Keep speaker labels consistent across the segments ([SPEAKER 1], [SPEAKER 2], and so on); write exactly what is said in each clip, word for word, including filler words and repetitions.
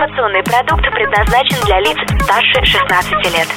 [SPEAKER 1] Информационный продукт предназначен для лиц старше шестнадцати лет.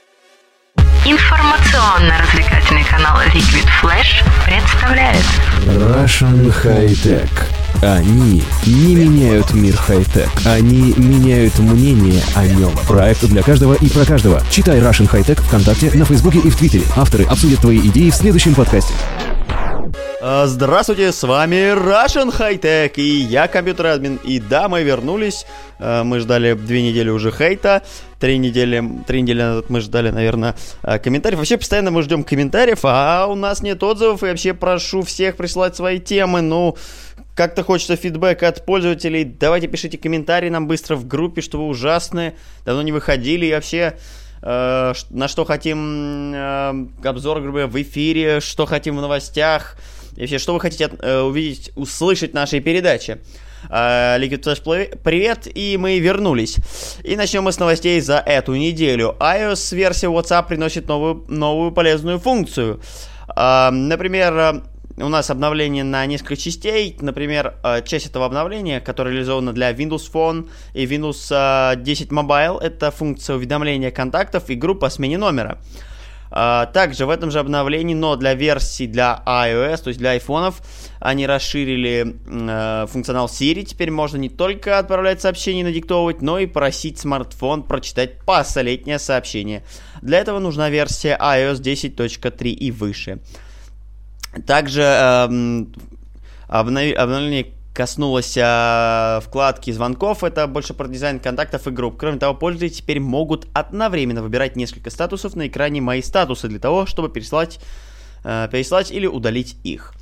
[SPEAKER 1] Информационно-развлекательный канал Liquid Flash представляет
[SPEAKER 2] Russian High-Tech. Они не меняют мир хай-тек, они меняют мнение о нем. Проект для каждого и про каждого. Читай Russian High-Tech ВКонтакте, на Фейсбуке и в Твиттере. Авторы обсудят твои идеи в следующем подкасте.
[SPEAKER 3] Здравствуйте, с вами Russian High-Tech, и я компьютер-админ. И да, мы вернулись. Мы ждали две недели уже хейта. Три недели, три недели назад мы ждали, наверное, комментариев. Вообще, постоянно мы ждем комментариев, а у нас нет отзывов. И вообще прошу всех присылать свои темы. Ну, как-то хочется фидбэка от пользователей. Давайте пишите комментарии нам быстро в группе, что вы ужасные, давно не выходили. И вообще, э, на что хотим э, обзор, грубо говоря, в эфире, что хотим в новостях. И вообще, что вы хотите э, увидеть, услышать в нашей передаче. э, Liquid Flash, привет, и мы вернулись. И начнем мы с новостей за эту неделю. iOS-версия WhatsApp приносит новую, новую полезную функцию. э, Например, у нас обновление на несколько частей. Например, часть этого обновления, которая реализована для Windows Phone и Windows десять Mobile, это функция уведомления контактов и групп по смене номера. Также в этом же обновлении, но для версий для iOS, то есть для айфонов, они расширили э, функционал Siri. Теперь можно не только отправлять сообщения и надиктовывать, но и просить смартфон прочитать посолетнее сообщение. Для этого нужна версия iOS десять точка три и выше. Также э, обнов... обновление коснулось э, вкладки звонков. Это больше про дизайн контактов и групп. Кроме того, пользователи теперь могут одновременно выбирать несколько статусов на экране «Мои статусы» для того, чтобы переслать, э, переслать или удалить их.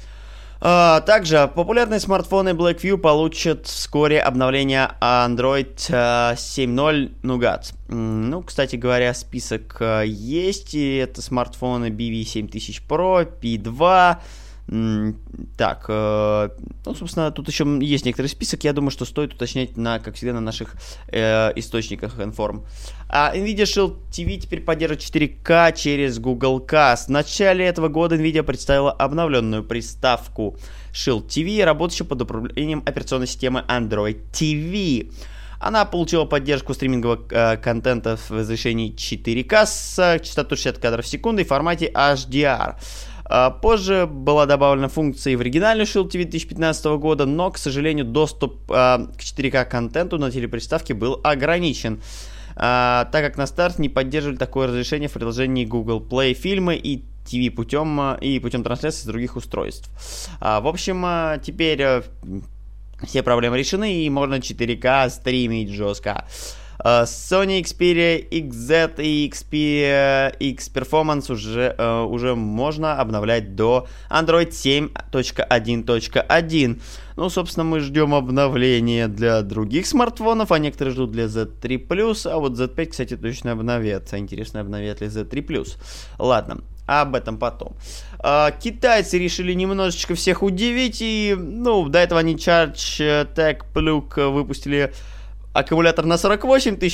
[SPEAKER 3] Uh, также популярные смартфоны Blackview получат вскоре обновление Android uh, семь ноль Nougat. Mm, ну, кстати говоря, список uh, есть, и это смартфоны би ви семь тысяч про, пи два. Mm, так, uh, ну, собственно, тут еще есть некоторый список, я думаю, что стоит уточнять, на, как всегда, на наших uh, источниках информ. Uh, NVIDIA Shield ти ви теперь поддерживает четыре ка через Google Cast. В начале этого года NVIDIA представила обновленную приставку Shield ти ви, работающую под управлением операционной системы Android ти ви. Она получила поддержку стримингового э, контента в разрешении четыре ка с э, частотой шестьдесят кадров в секунду и в формате эйч ди ар. Э, позже была добавлена функция и в оригинальную Shield ти ви две тысячи пятнадцатого года, но, к сожалению, доступ э, к четыре ка контенту на телеприставке был ограничен. Uh, так как на старт не поддерживали такое разрешение в приложении Google Play фильмы и ти ви путем, uh, и путем трансляции с других устройств. Uh, в общем, uh, теперь uh, все проблемы решены и можно четыре ка стримить жестко. Uh, Sony Xperia икс зет и Xperia X Performance уже, uh, уже можно обновлять до Android семь точка один точка один. Ну, собственно, мы ждем обновления для других смартфонов, а некоторые ждут для зет три плюс, а вот зет пять, кстати, точно обновят. Интересно, обновят ли зет три плюс. Ладно, об этом потом. А, китайцы решили немножечко всех удивить, и, ну, до этого они Charge Tech Plug выпустили аккумулятор на сорок восемь тысяч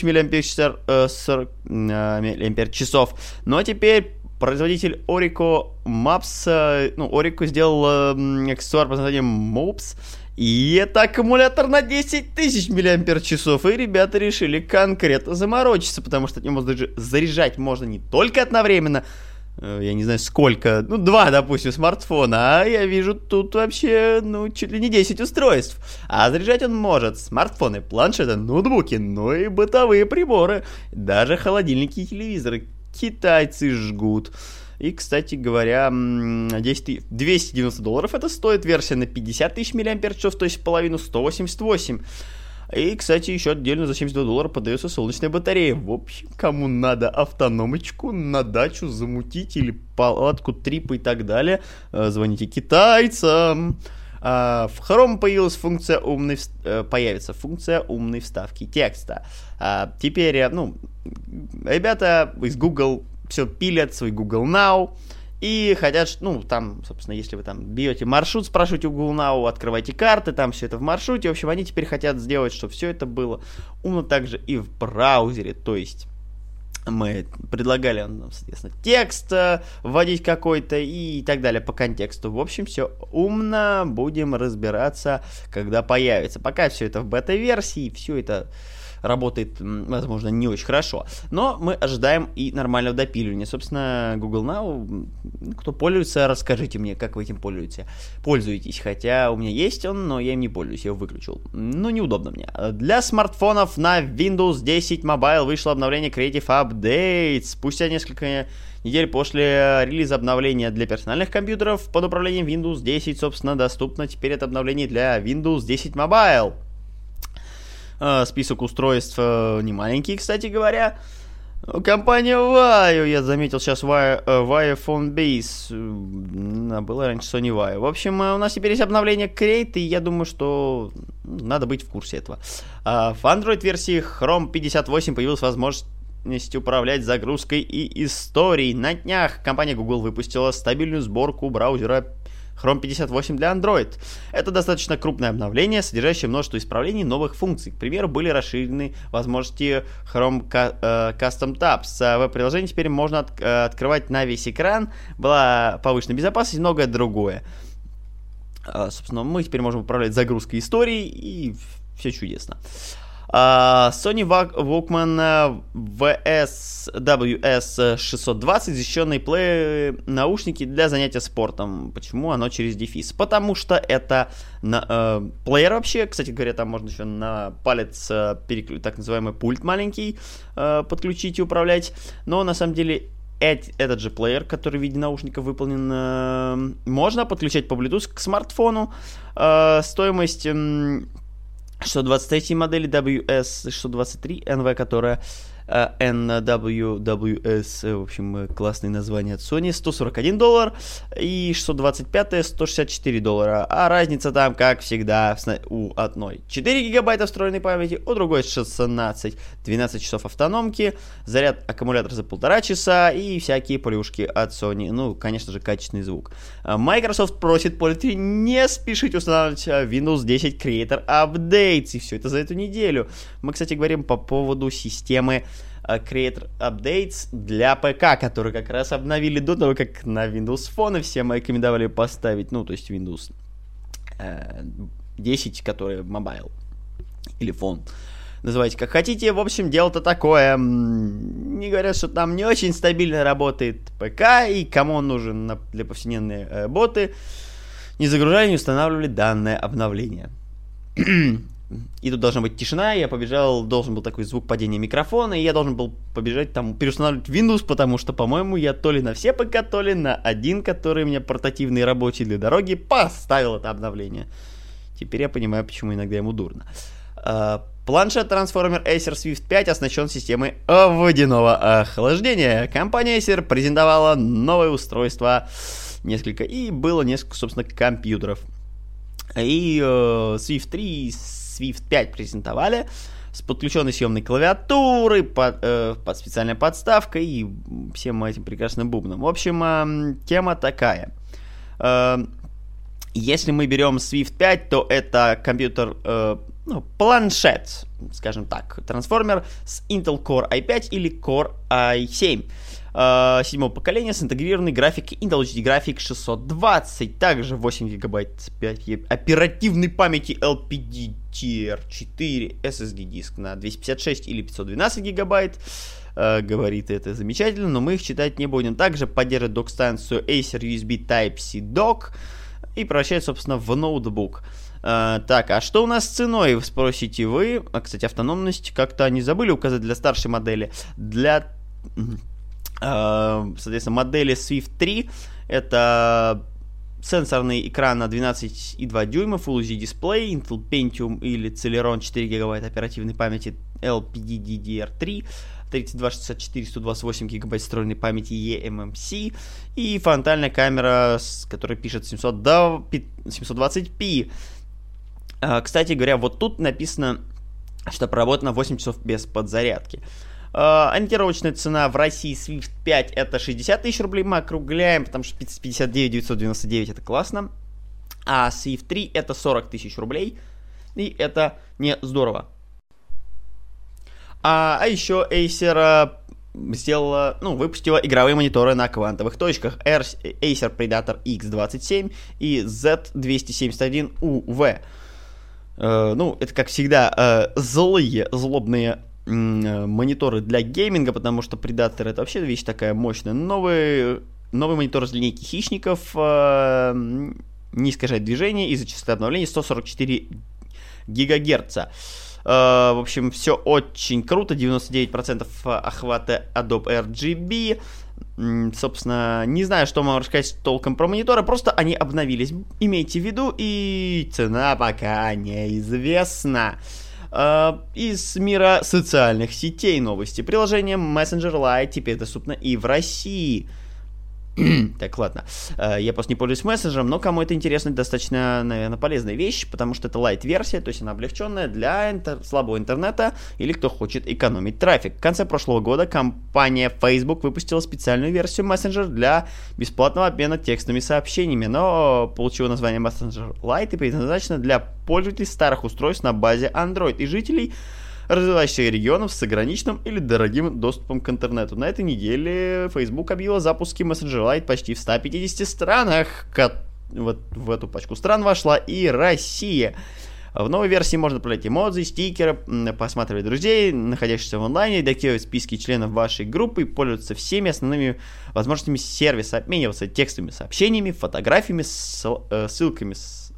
[SPEAKER 3] мАч, но теперь производитель Orico Maps, ну, Orico сделал э, аксессуар под названием Mops, и это аккумулятор на десять тысяч мАч, и ребята решили конкретно заморочиться, потому что от него заряжать можно не только одновременно, э, я не знаю сколько, ну, два, допустим, смартфона, а я вижу тут вообще, ну, чуть ли не десять устройств, а заряжать он может смартфоны, планшеты, ноутбуки, ну и бытовые приборы, даже холодильники и телевизоры. Китайцы жгут. И, кстати говоря, двести девяносто долларов это стоит версия на пятьдесят тысяч мАч, то есть половину сто восемьдесят восемь. И, кстати, еще отдельно за семьдесят два доллара подается солнечная батарея. В общем, кому надо автономочку на дачу замутить или палатку, трип и так далее, звоните китайцам. Uh, в Chrome появилась функция умной, uh, появится функция умной вставки текста. Uh, теперь, ну, ребята из Google все пилят свой Google Now и хотят, ну, там, собственно, если вы там бьете маршрут, спрашиваете у Google Now, открывайте карты, там все это в маршруте. В общем, они теперь хотят сделать, чтобы все это было умно также и в браузере. То есть Мы предлагали, соответственно, текст вводить какой-то и так далее по контексту. В общем, все умно, будем разбираться, когда появится. Пока все это в бета-версии, все это работает, возможно, не очень хорошо. Но мы ожидаем и нормального допиливания. Собственно, Google Now, кто пользуется, расскажите мне, как вы этим пользуетесь. Пользуетесь, хотя у меня есть он, но я им не пользуюсь, я его выключил. Ну, неудобно мне. Для смартфонов на Windows десять Mobile вышло обновление Creative Update. Спустя несколько недель после релиза обновления для персональных компьютеров под управлением Windows десять, собственно, доступно теперь это обновление для Windows десять Mobile. Список устройств не маленький, кстати говоря. Компания Vaio, я заметил сейчас Vaio, Vaio Phone Base, а было раньше Sony Vaio. В общем, у нас теперь есть обновление Create, и я думаю, что надо быть в курсе этого. В Android-версии Chrome пятьдесят восемь появилась возможность управлять загрузкой и историей. На днях компания Google выпустила стабильную сборку браузера Chrome пятьдесят восемь для Android. Это достаточно крупное обновление, содержащее множество исправлений и новых функций. К примеру, были расширены возможности Chrome Custom Tabs. Веб-приложение теперь можно от, открывать на весь экран. Была повышенная безопасность и многое другое. Собственно, мы теперь можем управлять загрузкой истории, и все чудесно. Sony Walkman ви эс дабл ю эс шестьсот двадцать, защищенные плееры, наушники для занятия спортом. Почему оно через дефис? Потому что это на, э, плеер вообще, кстати говоря, там можно еще на палец э, переключить, так называемый пульт маленький, э, подключить и управлять. Но на самом деле эт, этот же плеер, который в виде наушников выполнен, э, можно подключать по Bluetooth к смартфону. Э, стоимость... Э, шестьсот двадцать третьей модели дабл ю эс шестьсот двадцать три эн ви, которая uh, эн дабл ю дабл ю эс, в общем, классное название от Sony, сто сорок один доллар, и шестьсот двадцать пятая сто шестьдесят четыре доллара, а разница там, как всегда, у одной четыре гигабайта встроенной памяти, у другой шестнадцать, двенадцать часов автономки, заряд аккумулятора за полтора часа и всякие плюшки от Sony, ну, конечно же, качественный звук. Microsoft просит пользователей не спешить устанавливать Windows десять Creator Updates, и все это за эту неделю. Мы, кстати, говорим по поводу системы Creator Updates для ПК, которые как раз обновили до того, как на Windows Phone всем рекомендовали поставить, ну, то есть Windows десять, который Mobile или Phone. Называйте как хотите. В общем, дело-то такое. Не говорят, что там не очень стабильно работает ПК, и кому он нужен для повседневной работы, не загружали, не устанавливали данное обновление. И тут должна быть тишина, я побежал, должен был такой звук падения микрофона, и я должен был побежать там, переустанавливать Windows, потому что, по-моему, я то ли на все ПК, то ли на один, который у меня портативный, рабочий для дороги, поставил это обновление. Теперь я понимаю, почему иногда ему дурно. Планшет-трансформер Acer Swift пять оснащен системой водяного охлаждения. Компания Acer презентовала новое устройство, несколько, и было несколько, собственно, компьютеров. И э, Swift три и Swift пять презентовали с подключенной съемной клавиатурой, под, э, под специальной подставкой и всем этим прекрасным бубном. В общем, э, тема такая. Э, если мы берем Swift пять, то это компьютер, э, ну, планшет, скажем так, трансформер с Intel Core ай пять или Core ай семь. седьмого поколения с интегрированной графикой Intel эйч ди Graphics шестьсот двадцать, также восемь гигабайт оперативной памяти эл пи ди ди ар четыре, эс эс ди-диск на двести пятьдесят шесть или пятьсот двенадцать гигабайт. Э, говорит, это замечательно, но мы их читать не будем. Также поддерживает док-станцию Acer ю эс би Type-C Dock и превращает, собственно, в ноутбук. Uh, так, а что у нас с ценой, спросите вы? А, кстати, автономность как-то они забыли указать для старшей модели. Для, uh, соответственно, модели Swift три это сенсорный экран на двенадцать и два дюйма, Full эйч ди дисплей, Intel Pentium или Celeron четыре гигабайта оперативной памяти эл пи ди ди ди ар три, тридцать два шестьдесят четыре сто двадцать восемь гигабайт встроенной памяти и эм эм си и фронтальная камера, которая пишет семьсот двадцать пи. Кстати говоря, вот тут написано, что проработано восемь часов без подзарядки. Ориентировочная цена в России Swift пять это шестьдесят тысяч рублей, мы округляем, потому что пятьдесят девять тысяч девятьсот девяносто девять это классно. А Swift три это сорок тысяч рублей, и это не здорово. А, а еще Acer сделала, ну, выпустила игровые мониторы на квантовых точках Acer Predator икс двадцать семь и зет двести семьдесят один ю ви. Э, ну, это, как всегда, э, злые, злобные э, мониторы для гейминга, потому что Predator — это вообще вещь такая мощная. Новый, новый монитор из линейки хищников, э, не искажает движение, из-за частоты обновления сто сорок четыре гигагерца. Uh, в общем, все очень круто. девяносто девять процентов охвата Adobe эр джи би. Mm, собственно, не знаю, что вам рассказать толком про мониторы. Просто они обновились. Имейте в виду. И цена пока неизвестна. Uh, из мира социальных сетей новости. Приложение Messenger Lite теперь доступно и в России. Так, ладно. Я просто не пользуюсь мессенджером, но кому это интересно, достаточно, наверное, полезная вещь, потому что это лайт-версия, то есть она облегченная для интер- слабого интернета или кто хочет экономить трафик. В конце прошлого года компания Facebook выпустила специальную версию Messenger для бесплатного обмена текстовыми сообщениями, но получила название Messenger Lite и предназначена для пользователей старых устройств на базе Android и жителей развивающихся регионов с ограниченным или дорогим доступом к интернету. На этой неделе Facebook объявил о запуске Messenger Lite почти в ста пятидесяти странах. Вот в эту пачку стран вошла и Россия. В новой версии можно отправлять эмодзи, стикеры, посматривать друзей, находящихся в онлайне, докидывать списки членов вашей группы и пользоваться всеми основными возможностями сервиса, обмениваться текстовыми сообщениями, фотографиями, ссылками,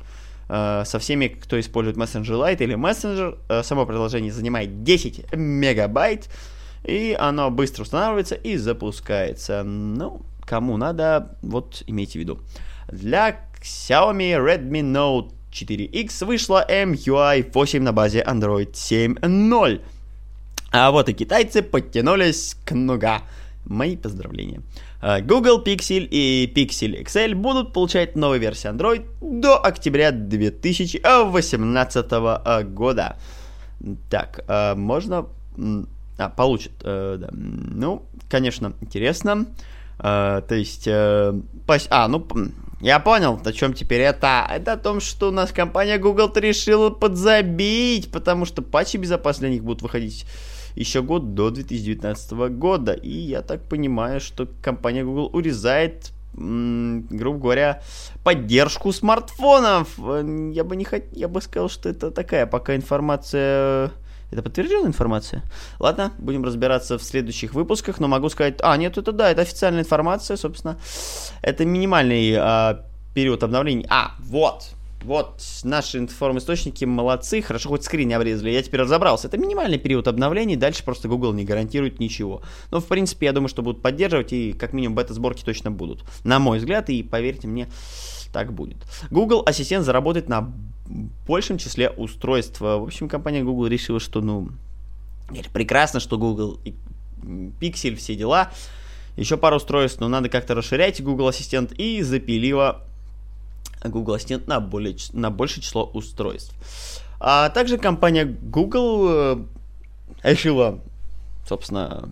[SPEAKER 3] со всеми, кто использует Messenger Lite или Messenger. Само приложение занимает десять мегабайт, и оно быстро устанавливается и запускается. Ну, кому надо, вот имейте в виду. Для Xiaomi Redmi Note четыре икс вышла эм ю ай восемь на базе Android семь ноль. А вот и китайцы подтянулись к Nougat. Мои поздравления. Google Pixel и Pixel икс эль будут получать новые версии Android до октября две тысячи восемнадцатого года. Так, можно... А, получат, да. Ну, конечно, интересно. То есть... А, ну... Я понял, о чем теперь это. Это о том, что у нас компания Google решила подзабить, потому что патчи безопасности для них будут выходить еще год до две тысячи девятнадцатого года. И я так понимаю, что компания Google урезает, м- грубо говоря, поддержку смартфонов. Я бы не хотел, я бы сказал, что это такая пока информация. Это подтвержденная информация? Ладно, будем разбираться в следующих выпусках, но могу сказать... А, нет, это да, это официальная информация, собственно. Это минимальный а, период обновлений. А, вот, вот, наши информисточники молодцы, хорошо, хоть скрин не обрезали, я теперь разобрался. Это минимальный период обновлений, дальше просто Google не гарантирует ничего. Но, в принципе, я думаю, что будут поддерживать, и как минимум бета-сборки точно будут. На мой взгляд, и поверьте мне, так будет. Google Ассистент заработает на большем числе устройств. В общем, компания Google решила, что, ну, прекрасно, что Google Pixel, все дела. Еще пару устройств, но надо как-то расширять Google Ассистент, и запилила Google Ассистент на, более, на большее число устройств. А также компания Google решила, собственно,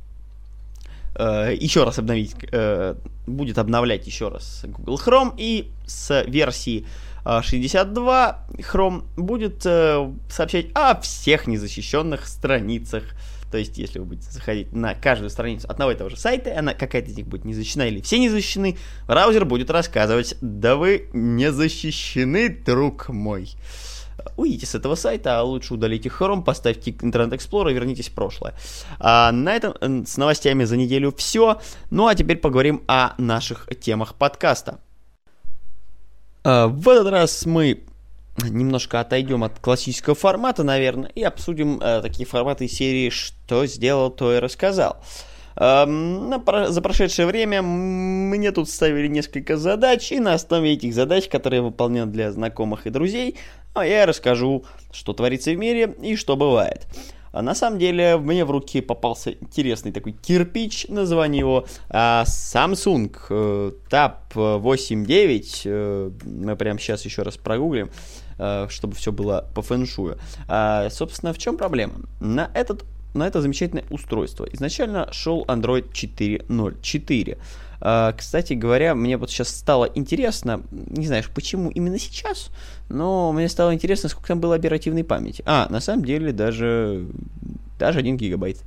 [SPEAKER 3] еще раз обновить, будет обновлять еще раз Google Chrome, и с версии шестьдесят два Chrome будет сообщать о всех незащищенных страницах. То есть, если вы будете заходить на каждую страницу одного и того же сайта, она какая-то из них будет не защищена или все не защищены, браузер будет рассказывать: да вы не защищены, друг мой. Уйдите с этого сайта, а лучше удалите Chrome, поставьте Internet Explorer и вернитесь в прошлое. А на этом с новостями за неделю все. Ну а теперь поговорим о наших темах подкаста. А, в этот раз мы немножко отойдем от классического формата, наверное, и обсудим а, такие форматы серии «Что сделал, то и рассказал». А, на, за прошедшее время мне тут ставили несколько задач, и на основе этих задач, которые я выполнял для знакомых и друзей, я расскажу, что творится в мире и что бывает. А на самом деле, мне в руки попался интересный такой кирпич, название его а, Samsung э, Tab восемь девять. Э, мы прямо сейчас еще раз прогуглим, э, чтобы все было по фэншую. А, собственно, в чем проблема? На, этот, на это замечательное устройство изначально шел Android четыре ноль четыре. Uh, кстати говоря, мне вот сейчас стало интересно, не знаю, почему именно сейчас, но мне стало интересно, сколько там было оперативной памяти. А, на самом деле, даже, даже один гигабайт.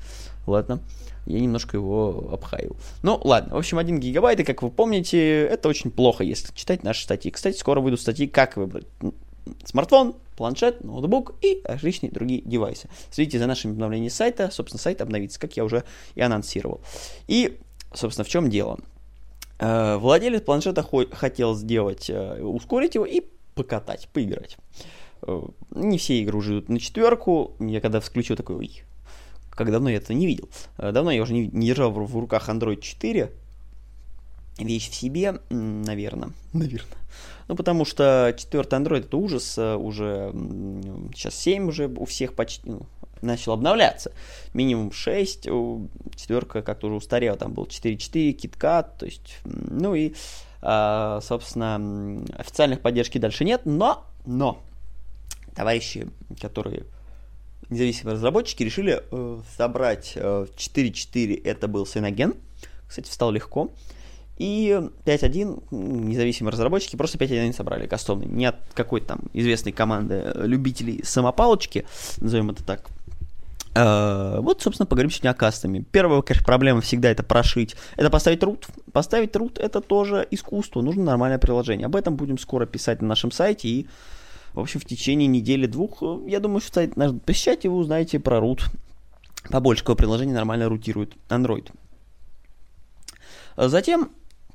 [SPEAKER 3] ладно, я немножко его обхаивал. Ну, ладно, в общем, один гигабайт, и, как вы помните, это очень плохо, если читать наши статьи. Кстати, скоро выйдут статьи, как выбрать смартфон, планшет, ноутбук и различные другие девайсы. Следите за нашими обновлениями сайта, собственно, сайт обновится, как я уже и анонсировал. И, собственно, в чем дело? Владелец планшета хотел сделать, ускорить его и покатать, поиграть. Не все игры уже идут на четверку. Я когда включил такой, ой, как давно я это не видел. Давно я уже не, не держал в, в руках Android четыре. Вещь в себе, наверное. Наверное. Ну, потому что четвертый Android это ужас. Уже сейчас семь уже у всех почти ну, начал обновляться. Минимум шесть. Четверка как-то уже устарела. Там был четыре четыре, KitKat. То есть, ну и, собственно, официальных поддержки дальше нет. Но, но товарищи, которые независимые разработчики, решили э, собрать э, четыре четыре, это был Cyanogen, кстати, встал легко, и пять один, независимые разработчики, просто пять один собрали, кастомный, не от какой-то там известной команды любителей самопалочки, назовем это так. Э, вот, собственно, поговорим сегодня о кастами. Первая, конечно, проблема всегда это прошить, это поставить root. Поставить root это тоже искусство, нужно нормальное приложение. Об этом будем скоро писать на нашем сайте, и в общем, в течение недели-двух, я думаю, что сайт надо посещать, и вы узнаете про root. Побольше какое приложение нормально рутирует Android. Затем,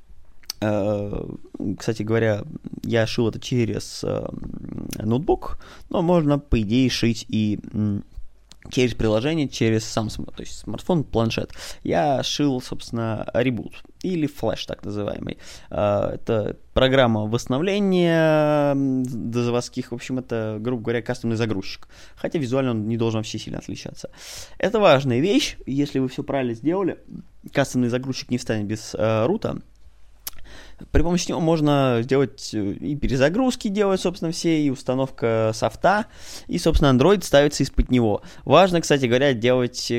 [SPEAKER 3] э, кстати говоря, я шил это через э, ноутбук, но можно, по идее, шить и э, через приложение, через сам, то есть смартфон, планшет. Я шил, собственно, Reboot, или Flash, так называемый. Это программа восстановления дозаводских, в общем, это, грубо говоря, кастомный загрузчик. Хотя визуально он не должен вообще сильно отличаться. Это важная вещь, если вы все правильно сделали, кастомный загрузчик не встанет без э, рута. При помощи него можно сделать и перезагрузки делать, собственно, все, и установка софта, и, собственно, Android ставится из-под него. Важно, кстати говоря, делать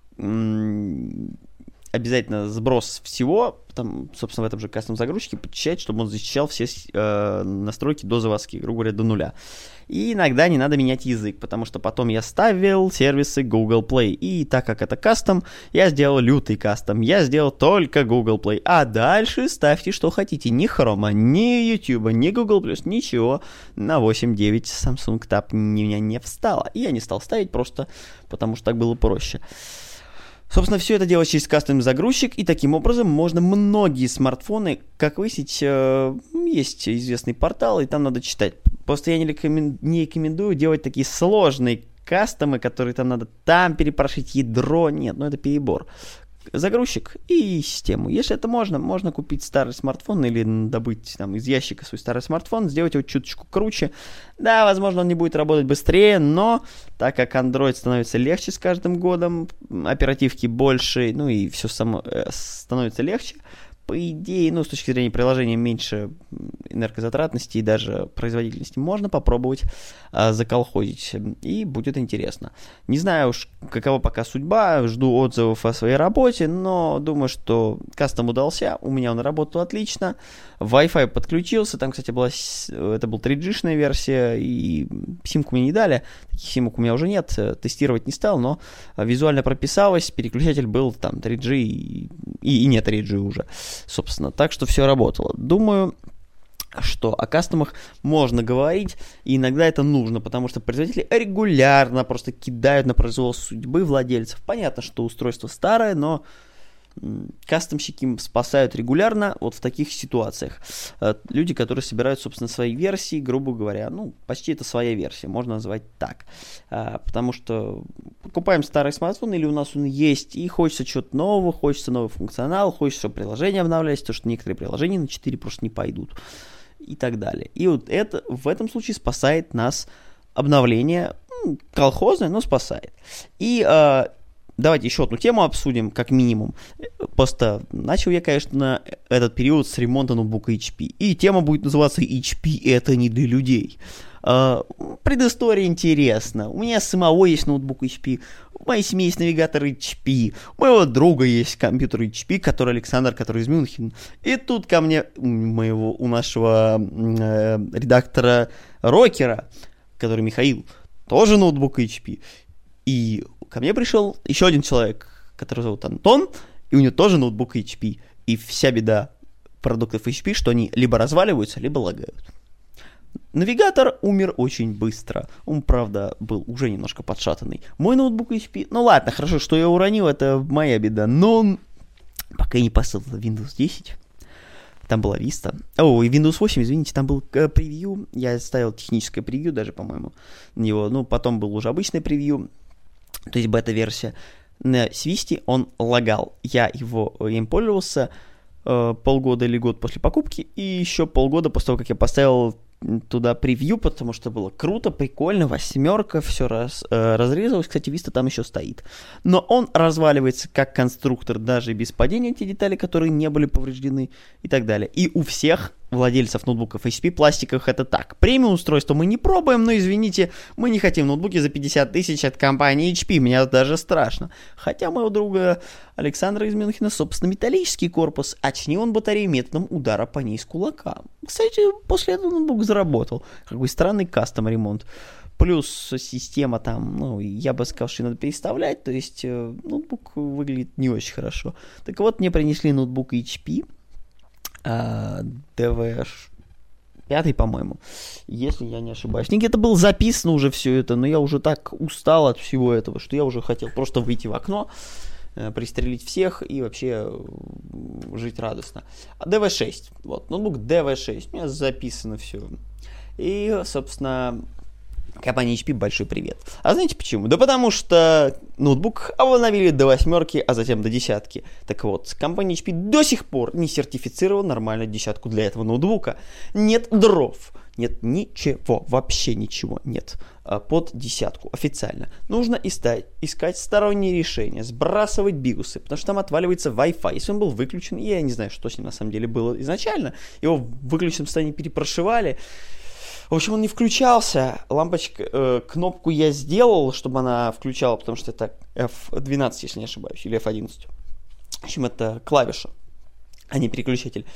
[SPEAKER 3] м- обязательно сброс всего, там, собственно, в этом же кастомном загрузчике подчищать, чтобы он защищал все э, настройки до заводских, грубо говоря, до нуля. И иногда не надо менять язык, потому что потом я ставил сервисы Google Play, и так как это кастом, я сделал лютый кастом, я сделал только Google Play, а дальше ставьте что хотите, ни Chrome, ни YouTube, ни Google+, ничего, на восемь девять Samsung Tab у меня не встало, и я не стал ставить просто потому, что так было проще. Собственно, все это делать через кастомный загрузчик, и таким образом можно многие смартфоны, как выяснить, э, есть известный портал, и там надо читать. Просто я не, рекомен... не рекомендую делать такие сложные кастомы, которые там надо там перепрошить ядро, нет, ну это перебор. Загрузчик и систему. Если это можно, можно купить старый смартфон или добыть там из ящика свой старый смартфон, сделать его чуточку круче. Да, возможно, он не будет работать быстрее, но так как Android становится легче с каждым годом, оперативки больше, ну и все само э, становится легче, по идее, ну, с точки зрения приложения меньше энергозатратности и даже производительности, можно попробовать а, заколхозить, и будет интересно. Не знаю уж, какова пока судьба, жду отзывов о своей работе, но думаю, что кастом удался, у меня он работал отлично, Wi-Fi подключился, там, кстати, была, это была три джи-шная версия, и симку мне не дали, таких симок у меня уже нет, тестировать не стал, но визуально прописалось, переключатель был там три джи и, и, и не три джи уже. Собственно, так что все работало. Думаю, что о кастомах можно говорить, и иногда это нужно, потому что производители регулярно просто кидают на произвол судьбы владельцев. Понятно, что устройство старое, но кастомщики спасают регулярно вот в таких ситуациях. Люди, которые собирают, собственно, свои версии, грубо говоря, ну, почти это своя версия, можно назвать так. Потому что покупаем старый смартфон, или у нас он есть, и хочется чего-то нового, хочется новый функционал, хочется, чтобы приложение обновлялось, потому что некоторые приложения на четыре просто не пойдут, и так далее. И вот это в этом случае спасает нас обновление, ну, колхозное, но спасает. И давайте еще одну тему обсудим, как минимум. Просто начал я, конечно, этот период с ремонта ноутбука эйч пи. И тема будет называться «эйч пи – это не для людей». Uh, предыстория интересна. У меня самого есть ноутбук эйч пи, у моей семьи есть навигатор эйч пи, у моего друга есть компьютер эйч пи, который Александр, который из Мюнхена. И тут ко мне, у, моего, у нашего э, редактора Рокера, который Михаил, тоже ноутбук эйч пи. И ко мне пришел еще один человек, который зовут Антон, и у него тоже ноутбук эйч пи. И вся беда продуктов эйч пи, что они либо разваливаются, либо лагают. Навигатор умер очень быстро. Он, правда, был уже немножко подшатанный. Мой ноутбук эйч пи, ну ладно, хорошо, что я уронил, это моя беда. Но он пока не поставил Windows десять. Там была Vista. О, и Windows восемь, извините, там был э, превью. Я ставил техническое превью даже, по-моему, на него. Ну, потом был уже обычное превью, то есть бета-версия. На Свисте он лагал. Я его, я им пользовался э, полгода или год после покупки, и еще полгода после того, как я поставил туда превью, потому что было круто, прикольно, восьмерка, все раз, э, разрезалось. Кстати, Vista там еще стоит. Но он разваливается как конструктор даже без падения, те детали, которые не были повреждены и так далее. И у всех владельцев ноутбуков эйч пи пластиковых это так. Премиум устройство мы не пробуем, но извините, мы не хотим ноутбуки за пятьдесят тысяч от компании эйч пи, мне даже страшно. Хотя моего друга Александра из Мюнхена, собственно, металлический корпус, а чинил он батарею методом удара по ней с кулака. Кстати, после этого ноутбук заработал. Как бы странный кастом-ремонт. Плюс система там, ну, я бы сказал, что надо переставлять, то есть э, ноутбук выглядит не очень хорошо. Так вот, мне принесли ноутбук эйч пи, ди ви пять, по-моему, если я не ошибаюсь. Где-то было записано уже все это, но я уже так устал от всего этого, что я уже хотел просто выйти в окно, пристрелить всех и вообще жить радостно. ди ви шесть, вот, ноутбук ди ви шесть, у меня записано все. И, собственно, компания эйч пи большой привет. А знаете почему? Да потому что ноутбук обновили до восьмерки, а затем до десятки. Так вот, компания эйч пи до сих пор не сертифицировала нормальную десятку для этого ноутбука. Нет дров, нет ничего, вообще ничего нет под десятку официально. Нужно искать, искать сторонние решения, сбрасывать биосы, потому что там отваливается Wi-Fi. Если он был выключен, я не знаю, что с ним на самом деле было изначально, его в выключенном состоянии перепрошивали. В общем, он не включался. Лампочка, э, кнопку я сделал, чтобы она включала, потому что это эф двенадцать, если не ошибаюсь, или эф одиннадцать. В общем, это клавиша, а не переключатель.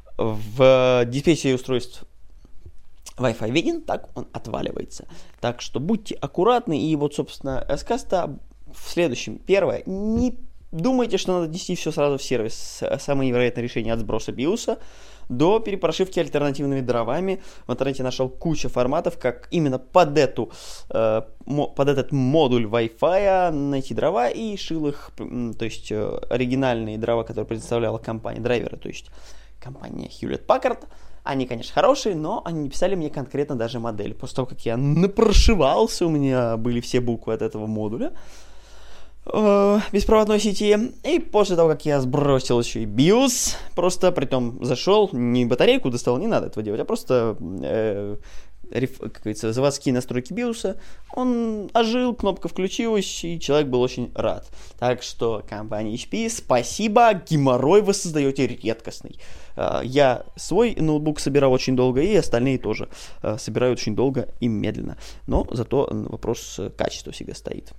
[SPEAKER 3] В диспетчере устройств Wi-Fi виден, так он отваливается. Так что будьте аккуратны. И вот, собственно, сказ-то в следующем. Первое. Не думайте, что надо нести все сразу в сервис. Самое невероятное решение от сброса биоса до перепрошивки альтернативными дровами. В интернете нашел кучу форматов, как именно под, эту, э, под этот модуль Wi-Fi найти дрова, и шил их, то есть э, оригинальные дрова, которые предоставляла компания, драйверы, то есть компания Hewlett-Packard. Они, конечно, хорошие, но они не писали мне конкретно даже модель. После того, как я напрошивался, у меня были все буквы от этого модуля беспроводной сети, и после того, как я сбросил еще и биос, просто притом зашел, не батарейку достал, не надо этого делать, а просто э, реф, как говорится, заводские настройки биоса, он ожил, кнопка включилась, и человек был очень рад. Так что, компания эйч пи, спасибо, геморрой вы создаете редкостный. Э, я свой ноутбук собирал очень долго, и остальные тоже э, собирают очень долго и медленно, но зато вопрос качества всегда стоит.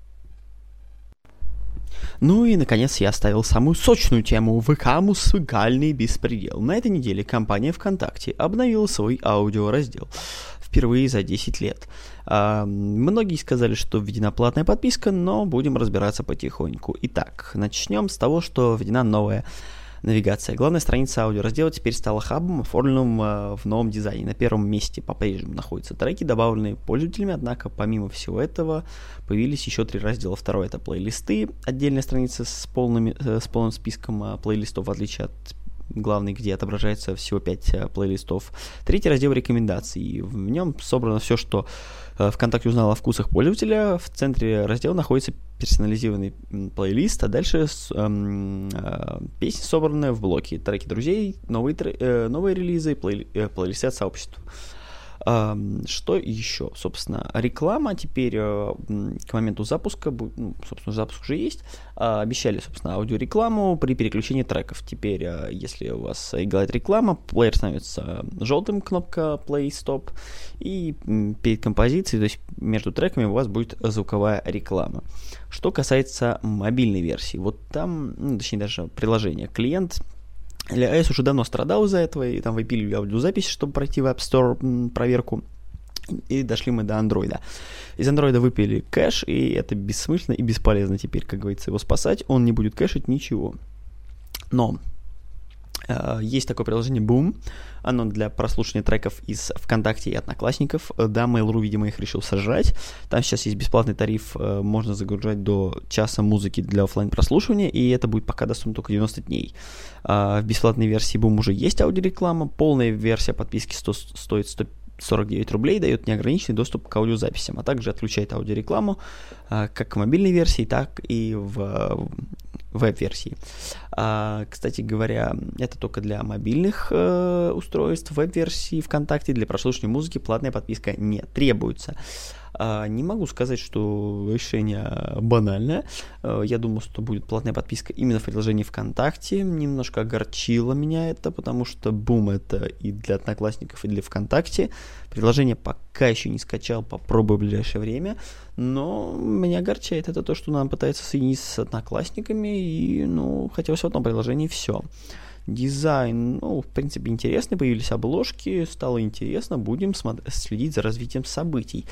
[SPEAKER 3] Ну и, наконец, я оставил самую сочную тему ВК «Музыкальный беспредел». На этой неделе компания ВКонтакте обновила свой аудиораздел. Впервые за десять лет. А, многие сказали, что введена платная подписка, но будем разбираться потихоньку. Итак, начнем с того, что введена новая навигация. Главная страница аудиораздела теперь стала хабом, оформленным э, в новом дизайне. На первом месте по-прежнему находятся треки, добавленные пользователями, однако помимо всего этого появились еще три раздела. Второй — это плейлисты, отдельная страница с, полными, э, с полным списком э, плейлистов, в отличие от главный, где отображается всего пять э, плейлистов. Третий раздел — рекомендаций. В нем собрано все, что э, ВКонтакте узнал о вкусах пользователя. В центре раздела находится персонализированный плейлист, а дальше э, э, песни, собранные в блоке, треки друзей, новые, э, новые релизы, плей, э, плейлисты от сообщества. Uh, что еще? Собственно, реклама теперь uh, к моменту запуска, ну, собственно, запуск уже есть, uh, обещали, собственно, аудиорекламу при переключении треков. Теперь, uh, если у вас играет реклама, плеер становится желтым, кнопка play, stop, и um, перед композицией, то есть между треками, у вас будет звуковая реклама. Что касается мобильной версии, вот там, ну, точнее даже приложение, клиент iOS уже давно страдал из-за этого, и там выпиливали аудиозапись, чтобы пройти в App Store м, проверку. И дошли мы до андроида. Из андроида выпили кэш, и это бессмысленно и бесполезно теперь, как говорится, его спасать. Он не будет кэшить ничего. Но э, есть такое приложение Boom. Оно для прослушивания треков из ВКонтакте и Одноклассников. Да, Mail.ru, видимо, их решил сожрать. Там сейчас есть бесплатный тариф, э, можно загружать до часа музыки для офлайн прослушивания, и это будет пока доступно только девяносто дней. Э, в бесплатной версии Boom уже есть аудиореклама. Полная версия подписки сто, стоит сто сорок девять рублей, дает неограниченный доступ к аудиозаписям, а также отключает аудиорекламу э, как в мобильной версии, так и в веб-версии. А, кстати говоря, это только для мобильных э, устройств, веб-версии ВКонтакте. Для прослушивания музыки платная подписка не требуется. А, не могу сказать, что решение банальное. А, я думал, что будет платная подписка именно в приложении ВКонтакте. Немножко огорчило меня это, потому что Boom это и для Одноклассников, и для ВКонтакте. Приложение пока еще не скачал, попробую в ближайшее время. Но меня огорчает это то, что нам пытаются соединить с Одноклассниками, и, ну, хотелось в одном приложении все. Дизайн, ну, в принципе, интересный, появились обложки, стало интересно, будем смотри- следить за развитием событий.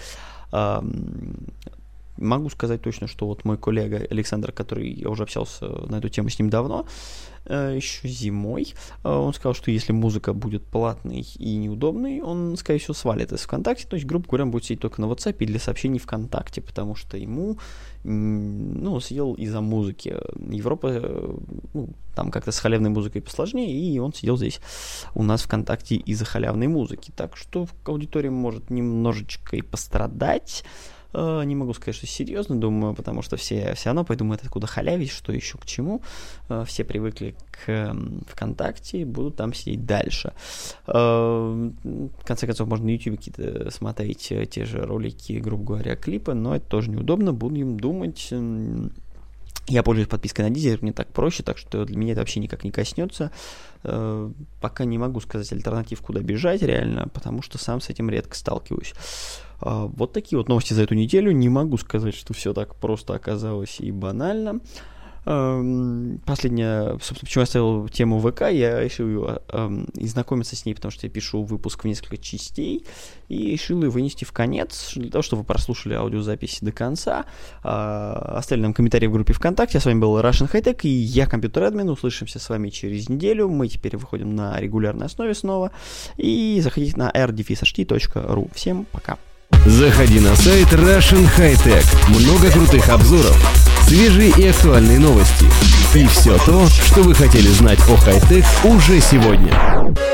[SPEAKER 3] Могу сказать точно, что вот мой коллега Александр, который я уже общался на эту тему с ним давно, еще зимой, он сказал, что если музыка будет платной и неудобной, он, скорее всего, свалит из ВКонтакте, то есть, грубо говоря, он будет сидеть только на WhatsApp и для сообщений ВКонтакте, потому что ему, ну, сидел из-за музыки. Европа, ну, там как-то с халявной музыкой посложнее, и он сидел здесь у нас ВКонтакте из-за халявной музыки, так что аудитория может немножечко и пострадать. Не могу сказать, что серьезно, думаю, потому что все все равно подумают, откуда халявить, что еще к чему. Все привыкли к ВКонтакте, будут там сидеть дальше. В конце концов, можно на YouTube какие-то смотреть те же ролики, грубо говоря, клипы, но это тоже неудобно, будем думать. Я пользуюсь подпиской на Deezer, мне так проще, так что для меня это вообще никак не коснется. Э, пока не могу сказать альтернатив, куда бежать реально, потому что сам с этим редко сталкиваюсь. Э, вот такие вот новости за эту неделю. Не могу сказать, что все так просто оказалось и банально. Последняя, собственно, почему я оставил тему ВК, я решил ее, э, и знакомиться с ней, потому что я пишу выпуск в несколько частей, и решил ее вынести в конец, для того, чтобы вы прослушали аудиозапись до конца, э, оставили нам комментарии в группе ВКонтакте. С вами был Russian High Tech, и я, Компьютер Админ. Услышимся с вами через неделю. Мы теперь выходим на регулярной основе снова, и заходите на эр дефис эйч ти точка ру. Всем пока.
[SPEAKER 2] Заходи на сайт Russian High Tech. Много крутых обзоров, свежие и актуальные новости. И все то, что вы хотели знать о хай-тек уже сегодня.